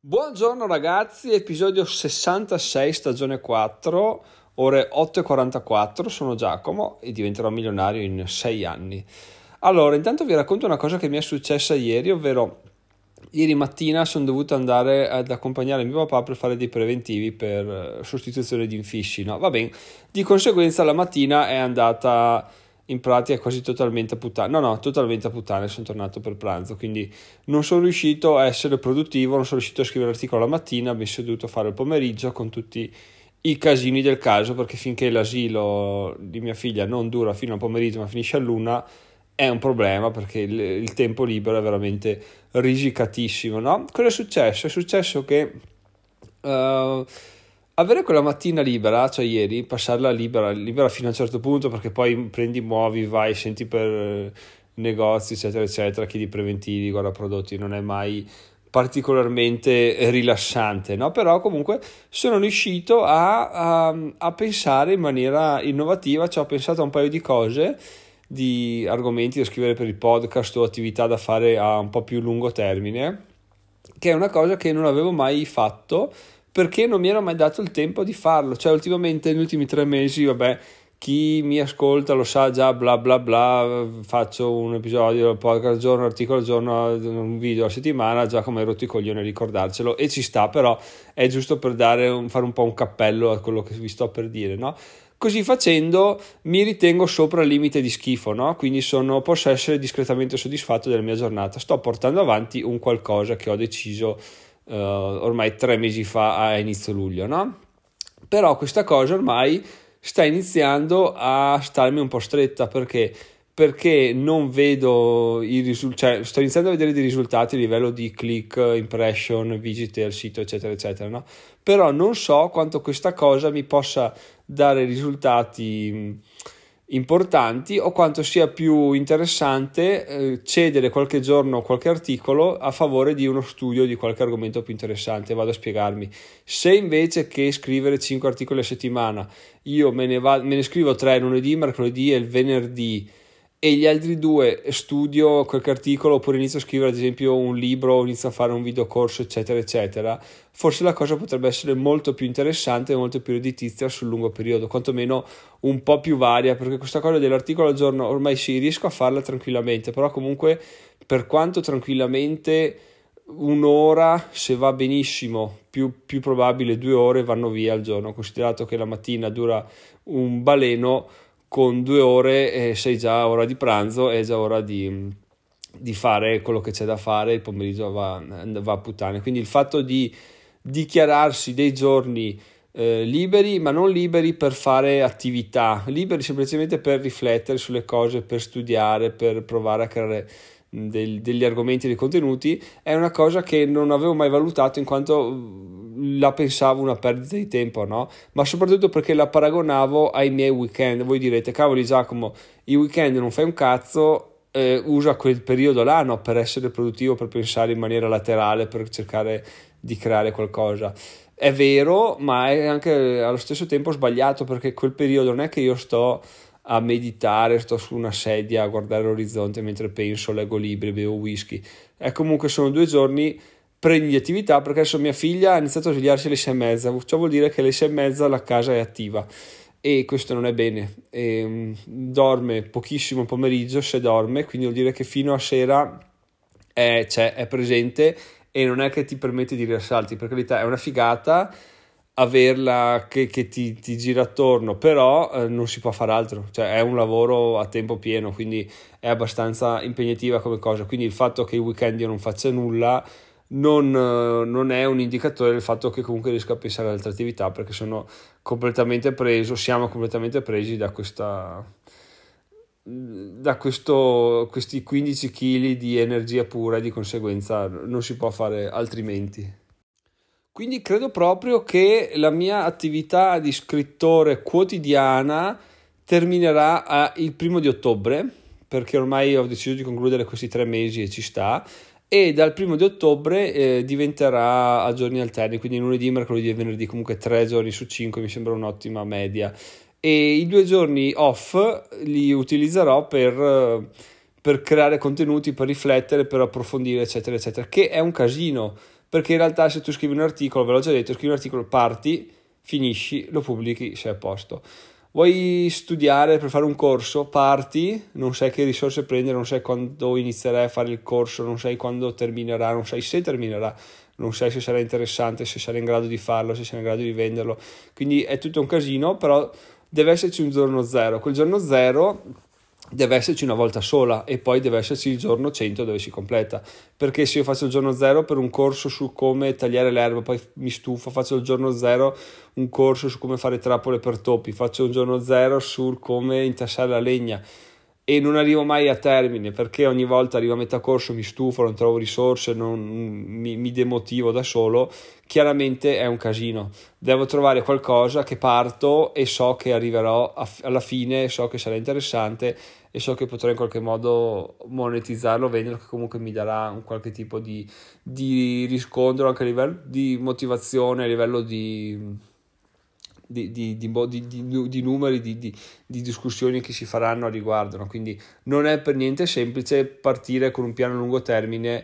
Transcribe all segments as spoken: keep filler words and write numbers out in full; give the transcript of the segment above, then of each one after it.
Buongiorno ragazzi, episodio sessantasei, stagione quattro, ore otto e quarantaquattro, sono Giacomo e diventerò milionario in sei anni. Allora, intanto vi racconto una cosa che mi è successa ieri, ovvero ieri mattina sono dovuto andare ad accompagnare mio papà per fare dei preventivi per sostituzione di infissi, no? Va bene, di conseguenza la mattina è andata in pratica quasi totalmente a puttane, no no, totalmente a puttane, sono tornato per pranzo, quindi non sono riuscito a essere produttivo, non sono riuscito a scrivere l'articolo la mattina, mi sono dovuto fare il pomeriggio con tutti i casini del caso, perché finché l'asilo di mia figlia non dura fino al pomeriggio ma finisce all'una è un problema, perché il, il tempo libero è veramente risicatissimo, no? Cosa è successo? È successo che uh, avere quella mattina libera, cioè ieri, passarla libera, libera fino a un certo punto, perché poi prendi, muovi, vai, senti per negozi, eccetera, eccetera, chiedi preventivi, guarda prodotti, non è mai particolarmente rilassante, no? Però comunque sono riuscito a, a, a pensare in maniera innovativa, cioè ho pensato a un paio di cose, di argomenti da scrivere per il podcast o attività da fare a un po' più lungo termine, che è una cosa che non avevo mai fatto, perché non mi ero mai dato il tempo di farlo. Cioè ultimamente negli ultimi tre mesi, vabbè, chi mi ascolta lo sa già, bla bla bla, faccio un episodio, podcast al giorno, articolo al giorno, un video a settimana, già come hai rotto i coglioni a ricordarcelo, e ci sta, però è giusto per dare un, fare un po' un cappello a quello che vi sto per dire, no? Così facendo mi ritengo sopra il limite di schifo, no? Quindi sono, posso essere discretamente soddisfatto della mia giornata, sto portando avanti un qualcosa che ho deciso Uh, ormai tre mesi fa a inizio luglio, no? Però questa cosa ormai sta iniziando a starmi un po' stretta, perché perché non vedo i risultati, cioè sto iniziando a vedere dei risultati a livello di click, impression, visite al sito, eccetera eccetera, no? Però non so quanto questa cosa mi possa dare risultati importanti o quanto sia più interessante eh, cedere qualche giorno qualche articolo a favore di uno studio di qualche argomento più interessante. Vado a spiegarmi: se invece che scrivere cinque articoli a settimana io me ne, va, me ne scrivo tre lunedì, mercoledì e il venerdì, e gli altri due studio qualche articolo, oppure inizio a scrivere ad esempio un libro o inizio a fare un videocorso, eccetera eccetera, forse la cosa potrebbe essere molto più interessante e molto più redditizia sul lungo periodo, quantomeno un po' più varia, perché questa cosa dell'articolo al giorno ormai sì, riesco a farla tranquillamente, però comunque per quanto tranquillamente un'ora, se va benissimo, più, più probabile due ore vanno via al giorno, considerato che la mattina dura un baleno, con due ore e sei già ora di pranzo, è già ora di, di fare quello che c'è da fare, il pomeriggio va, va a puttane. Quindi il fatto di dichiararsi dei giorni eh, liberi, ma non liberi per fare attività, liberi semplicemente per riflettere sulle cose, per studiare, per provare a creare del, degli argomenti e dei contenuti, è una cosa che non avevo mai valutato, in quanto la pensavo una perdita di tempo, no? Ma soprattutto perché la paragonavo ai miei weekend. Voi direte: cavoli Giacomo, i weekend non fai un cazzo, eh, usa quel periodo là, no, per essere produttivo, per pensare in maniera laterale, per cercare di creare qualcosa. È vero, ma è anche allo stesso tempo sbagliato, perché quel periodo non è che io sto a meditare, sto su una sedia a guardare l'orizzonte mentre penso, leggo libri, bevo whisky. È comunque sono due giorni prendi di attività, perché adesso mia figlia ha iniziato a svegliarsi alle sei e mezza, ciò vuol dire che alle sei e mezza la casa è attiva, e questo non è bene. E, um, dorme pochissimo pomeriggio, se dorme, quindi vuol dire che fino a sera è, cioè, è presente, e non è che ti permette di rilassarti. Per carità, è una figata averla che, che ti, ti gira attorno, però eh, non si può fare altro, cioè è un lavoro a tempo pieno, quindi è abbastanza impegnativa come cosa. Quindi il fatto che i weekend io non faccia nulla Non, non è un indicatore del fatto che comunque riesco a pensare ad altre attività, perché sono completamente preso, siamo completamente presi da questa da questo questi quindici chili di energia pura, e di conseguenza non si può fare altrimenti. Quindi credo proprio che la mia attività di scrittore quotidiana terminerà a, il primo di ottobre, perché ormai ho deciso di concludere questi tre mesi e ci sta, e dal primo di ottobre eh, diventerà a giorni alterni, quindi lunedì, mercoledì e venerdì, comunque tre giorni su cinque mi sembra un'ottima media, e i due giorni off li utilizzerò per, per creare contenuti, per riflettere, per approfondire, eccetera eccetera, che è un casino, perché in realtà se tu scrivi un articolo, ve l'ho già detto, scrivi un articolo, parti, finisci, lo pubblichi, sei a posto. Vuoi studiare per fare un corso, parti, non sai che risorse prendere, non sai quando inizierai a fare il corso, non sai quando terminerà, non sai se terminerà, non sai se sarà interessante, se sarai in grado di farlo, se sarai in grado di venderlo, quindi è tutto un casino, però deve esserci un giorno zero. Quel giorno zero deve esserci una volta sola e poi deve esserci il giorno cento dove si completa, perché se io faccio il giorno zero per un corso su come tagliare l'erba, poi mi stufo, faccio il giorno zero un corso su come fare trappole per topi, faccio un giorno zero sul come intassare la legna e non arrivo mai a termine, perché ogni volta arrivo a metà corso, mi stufo, non trovo risorse, non, mi, mi demotivo da solo, chiaramente è un casino. Devo trovare qualcosa che parto e so che arriverò a, alla fine, so che sarà interessante e so che potrò in qualche modo monetizzarlo, venderlo, che comunque mi darà un qualche tipo di, di riscontro anche a livello di motivazione, a livello di... Di, di, di, di, di numeri, di, di, di discussioni che si faranno a riguardo, no? Quindi non è per niente semplice partire con un piano a lungo termine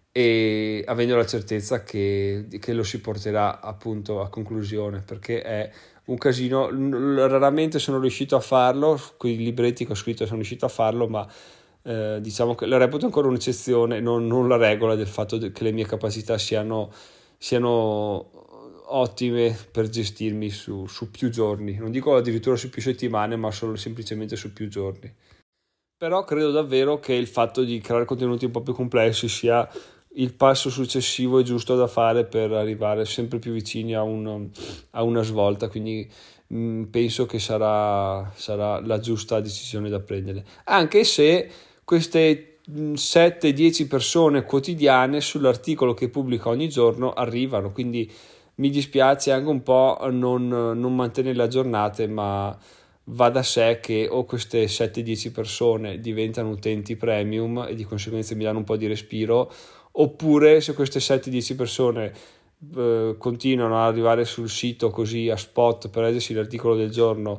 e avendo la certezza che, che lo si porterà appunto a conclusione, perché è un casino. Raramente sono riuscito a farlo, con i libretti che ho scritto sono riuscito a farlo, ma eh, diciamo che la reputo ancora un'eccezione, non, non la regola del fatto che le mie capacità siano, siano ottime per gestirmi su, su più giorni, non dico addirittura su più settimane, ma solo semplicemente su più giorni. Però credo davvero che il fatto di creare contenuti un po' più complessi sia il passo successivo e giusto da fare per arrivare sempre più vicini a, un, a una svolta, quindi mh, penso che sarà, sarà la giusta decisione da prendere, anche se queste sette dieci persone quotidiane sull'articolo che pubblica ogni giorno arrivano, quindi mi dispiace anche un po' non, non mantenere le giornate, ma va da sé che o queste sette dieci persone diventano utenti premium e di conseguenza mi danno un po' di respiro, oppure se queste sette dieci persone eh, continuano ad arrivare sul sito così a spot per leggersi l'articolo del giorno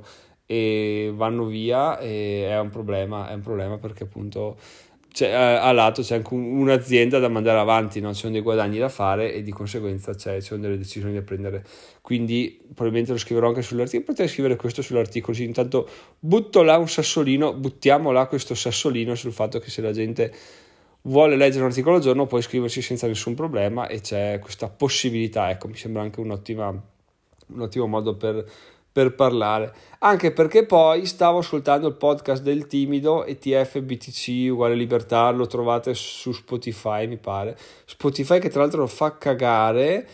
e vanno via, e è un problema, è un problema perché appunto c'è, a lato c'è anche un'azienda da mandare avanti, no? Ci sono dei guadagni da fare e di conseguenza c'è, ci sono delle decisioni da prendere, quindi probabilmente lo scriverò anche sull'articolo, potrei scrivere questo sull'articolo, sì, intanto butto là un sassolino, buttiamo là questo sassolino sul fatto che se la gente vuole leggere un articolo al giorno può iscriversi senza nessun problema e c'è questa possibilità, ecco, mi sembra anche un'ottima, un ottimo modo per per parlare, anche perché poi stavo ascoltando il podcast del Timido E T F B T C uguale libertà, lo trovate su Spotify mi pare, Spotify che tra l'altro fa cagare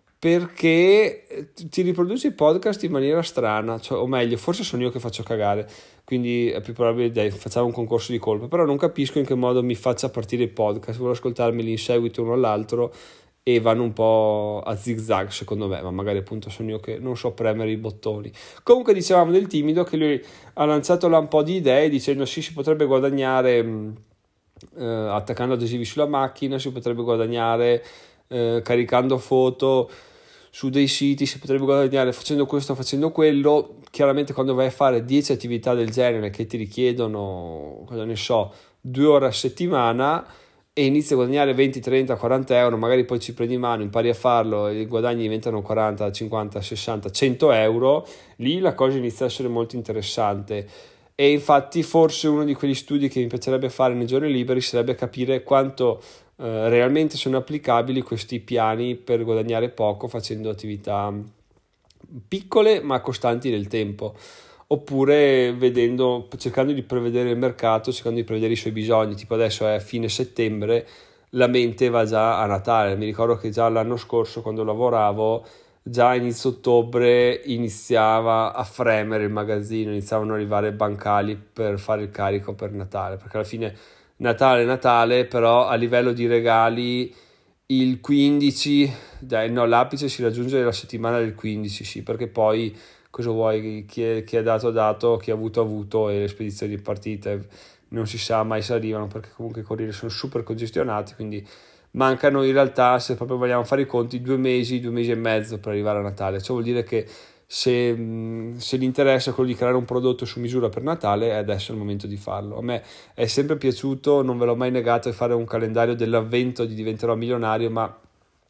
perché ti riproduce i podcast in maniera strana, cioè, o meglio forse sono io che faccio cagare, quindi è più probabile dai, facciamo un concorso di colpa, però non capisco in che modo mi faccia partire i podcast, voglio ascoltarmeli in seguito uno all'altro e vanno un po' a zigzag secondo me, ma magari appunto sono io che non so premere i bottoni. Comunque dicevamo del Timido che lui ha lanciato là un po' di idee dicendo sì, si potrebbe guadagnare mh, eh, attaccando adesivi sulla macchina, si potrebbe guadagnare eh, caricando foto su dei siti, si potrebbe guadagnare facendo questo, facendo quello. Chiaramente quando vai a fare dieci attività del genere che ti richiedono, cosa ne so, due ore a settimana e inizi a guadagnare venti, trenta, quaranta euro, magari poi ci prendi in mano, impari a farlo e i guadagni diventano quaranta, cinquanta, sessanta, cento euro, lì la cosa inizia a essere molto interessante. E infatti forse uno di quegli studi che mi piacerebbe fare nei giorni liberi sarebbe capire quanto eh, realmente sono applicabili questi piani per guadagnare poco facendo attività piccole ma costanti nel tempo, oppure vedendo, cercando di prevedere il mercato, cercando di prevedere i suoi bisogni. Tipo adesso è fine settembre, la mente va già a Natale. Mi ricordo che già l'anno scorso quando lavoravo, già a inizio ottobre iniziava a fremere il magazzino, iniziavano ad arrivare bancali per fare il carico per Natale, perché alla fine Natale è Natale, però a livello di regali il quindici, dai, no, l'apice si raggiunge la settimana del quindici, sì, perché poi cosa vuoi, chi è, chi è dato dato, chi ha avuto avuto, e le spedizioni partite non si sa mai se arrivano, perché comunque i corrieri sono super congestionati, quindi mancano in realtà, se proprio vogliamo fare i conti, due mesi, due mesi e mezzo per arrivare a Natale. Ciò vuol dire che se, se l'interesse è quello di creare un prodotto su misura per Natale, adesso è il momento di farlo. A me è sempre piaciuto, non ve l'ho mai negato, di fare un calendario dell'avvento di diventerò milionario, ma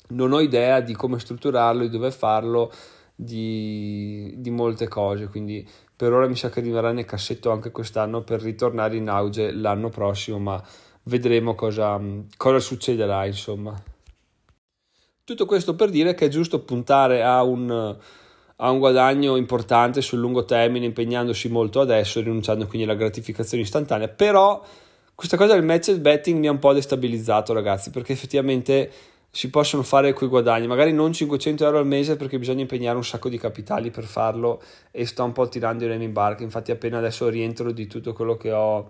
non ho idea di come strutturarlo, di dove farlo, di, di molte cose, quindi per ora mi sa che rimarrà nel cassetto anche quest'anno per ritornare in auge l'anno prossimo, ma vedremo cosa, cosa succederà, insomma. Tutto questo per dire che è giusto puntare a un, a un guadagno importante sul lungo termine, impegnandosi molto adesso e rinunciando quindi alla gratificazione istantanea. Però questa cosa del match betting mi ha un po' destabilizzato, ragazzi, perché effettivamente si possono fare quei guadagni, magari non cinquecento euro al mese, perché bisogna impegnare un sacco di capitali per farlo e sto un po' tirando i remi in barca. Infatti appena adesso rientro di tutto quello che ho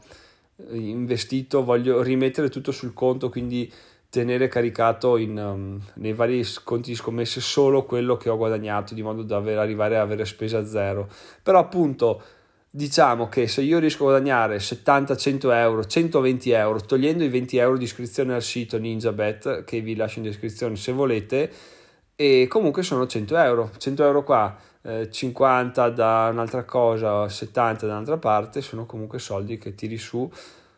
investito voglio rimettere tutto sul conto, quindi tenere caricato in, um, nei vari conti di scommesse solo quello che ho guadagnato, di modo da aver, arrivare a avere spese a zero. Però appunto diciamo che se io riesco a guadagnare settanta cento euro, centoventi euro, togliendo i venti euro di iscrizione al sito NinjaBet, che vi lascio in descrizione se volete, e comunque sono cento euro, cento euro qua, eh, cinquanta da un'altra cosa, settanta da un'altra parte, sono comunque soldi che tiri su,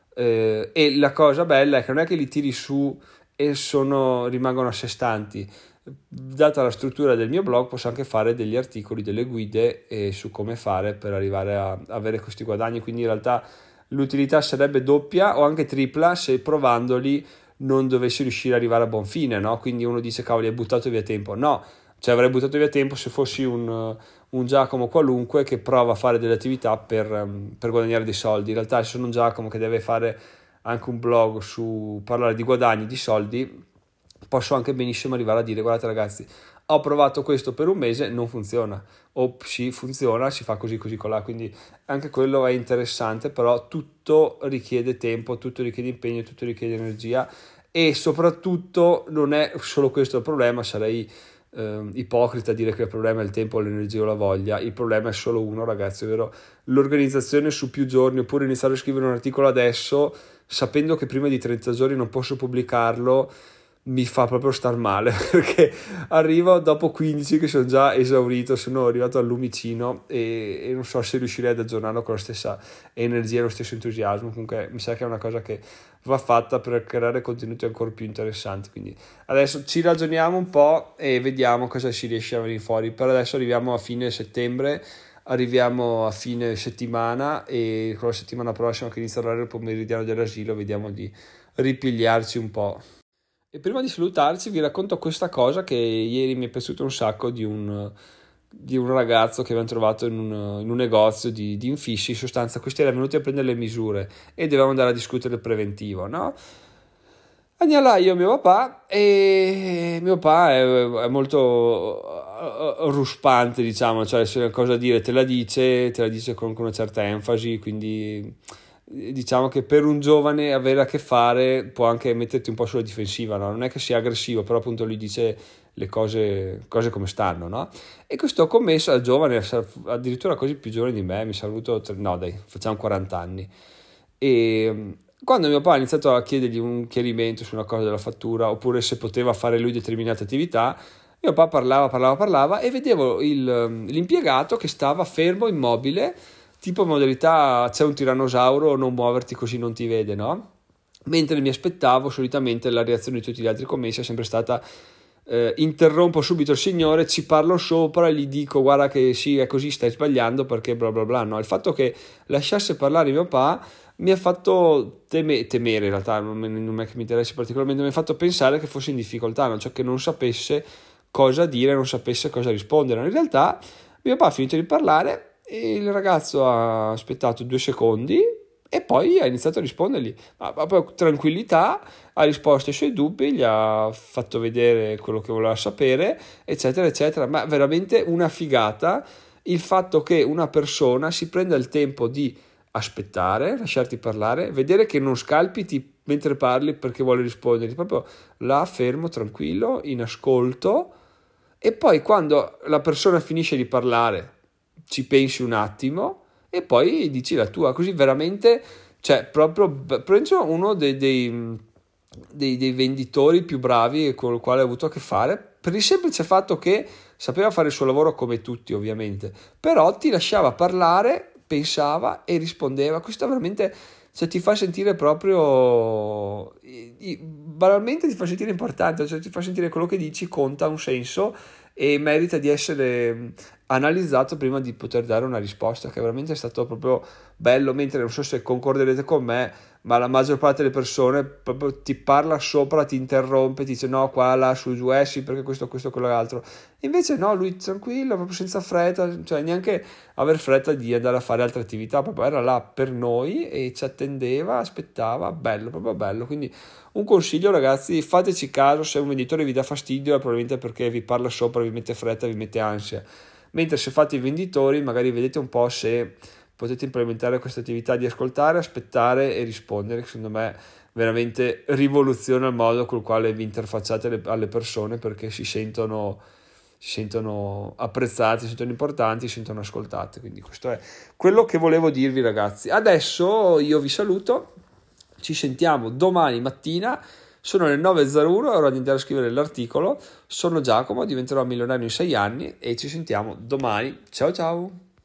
eh, e la cosa bella è che non è che li tiri su e sono, rimangono a sé stanti. Data la struttura del mio blog posso anche fare degli articoli, delle guide eh, su come fare per arrivare a avere questi guadagni, quindi in realtà l'utilità sarebbe doppia o anche tripla se provandoli non dovessi riuscire ad arrivare a buon fine, no? Quindi uno dice cavoli, hai buttato via tempo. No, cioè avrei buttato via tempo se fossi un, un Giacomo qualunque che prova a fare delle attività per, per guadagnare dei soldi. In realtà se sono un Giacomo che deve fare anche un blog su parlare di guadagni, di soldi, posso anche benissimo arrivare a dire guardate ragazzi, ho provato questo per un mese, non funziona, o sì funziona, si fa così così colà, quindi anche quello è interessante, però tutto richiede tempo, tutto richiede impegno, tutto richiede energia e soprattutto non è solo questo il problema, sarei eh, ipocrita a dire che il problema è il tempo, l'energia o la voglia. Il problema è solo uno, ragazzi, ovvero l'organizzazione su più giorni, oppure iniziare a scrivere un articolo adesso sapendo che prima di trenta giorni non posso pubblicarlo mi fa proprio star male, perché arrivo dopo quindici che sono già esaurito, sono arrivato al lumicino e, e non so se riuscirei ad aggiornarlo con la stessa energia, lo stesso entusiasmo. Comunque mi sa che è una cosa che va fatta per creare contenuti ancora più interessanti, quindi adesso ci ragioniamo un po' e vediamo cosa si riesce a venire fuori. Per adesso arriviamo a fine settembre, arriviamo a fine settimana e con la settimana prossima che inizia l'orario pomeridiano dell'asilo vediamo di ripigliarci un po'. E prima di salutarci vi racconto questa cosa che ieri mi è piaciuta un sacco di un, di un ragazzo che abbiamo trovato in un, in un negozio di, di infissi. In sostanza questi erano venuti a prendere le misure e dovevamo andare a discutere il preventivo, no? Andiamo là io e mio papà e mio papà è, è molto ruspante, diciamo, cioè se una cosa a dire te la dice, te la dice con, con una certa enfasi, quindi diciamo che per un giovane avere a che fare può anche metterti un po' sulla difensiva, no? Non è che sia aggressivo, però appunto lui dice le cose, cose come stanno, no? E questo commesso al giovane, addirittura così più giovane di me, mi sa avuto, no dai, facciamo quaranta anni, e quando mio papà ha iniziato a chiedergli un chiarimento su una cosa della fattura, oppure se poteva fare lui determinate attività, mio papà parlava, parlava, parlava e vedevo il, l'impiegato che stava fermo, immobile, tipo modalità c'è un tirannosauro, non muoverti così non ti vede, no? Mentre mi aspettavo, solitamente la reazione di tutti gli altri commessi è sempre stata eh, interrompo subito il signore, ci parlo sopra e gli dico guarda che sì è così, stai sbagliando perché bla bla bla, no? Il fatto che lasciasse parlare mio papà mi ha fatto teme, temere, in realtà non, non è che mi interessi particolarmente, mi ha fatto pensare che fosse in difficoltà, no? Cioè che non sapesse cosa dire, non sapesse cosa rispondere. In realtà mio papà ha finito di parlare e il ragazzo ha aspettato due secondi e poi ha iniziato a rispondergli, ma proprio tranquillità, ha risposto ai suoi dubbi, gli ha fatto vedere quello che voleva sapere, eccetera eccetera. Ma veramente una figata il fatto che una persona si prenda il tempo di aspettare, lasciarti parlare, vedere che non scalpiti mentre parli perché vuole risponderti, proprio là fermo, tranquillo, in ascolto, e poi quando la persona finisce di parlare ci pensi un attimo e poi dici la tua, così veramente, cioè proprio penso uno dei, dei, dei, dei venditori più bravi con il quale ho avuto a che fare, per il semplice fatto che sapeva fare il suo lavoro come tutti ovviamente, però ti lasciava parlare, pensava e rispondeva. Questo veramente, cioè ti fa sentire proprio, banalmente ti fa sentire importante, cioè ti fa sentire quello che dici conta, ha un senso e merita di essere analizzato prima di poter dare una risposta, che veramente è stato proprio bello, mentre non so se concorderete con me, ma la maggior parte delle persone proprio ti parla sopra, ti interrompe, ti dice no, qua, là, su, giù, eh sì, perché questo, questo, quello, l'altro. Invece no, lui tranquillo, proprio senza fretta, cioè neanche aver fretta di andare a fare altre attività, proprio era là per noi e ci attendeva, aspettava, bello, proprio bello. Quindi un consiglio, ragazzi, fateci caso, se un venditore vi dà fastidio è probabilmente perché vi parla sopra, vi mette fretta, vi mette ansia. Mentre se fate i venditori, magari vedete un po' se potete implementare questa attività di ascoltare, aspettare e rispondere, che secondo me veramente rivoluziona il modo col quale vi interfacciate alle persone, perché si sentono, si sentono apprezzati, si sentono importanti, si sentono ascoltati. Quindi questo è quello che volevo dirvi, ragazzi. Adesso io vi saluto, ci sentiamo domani mattina. Sono le nove e zero uno, è ora di andare a scrivere l'articolo. Sono Giacomo, diventerò milionario in sei anni e ci sentiamo domani. Ciao ciao!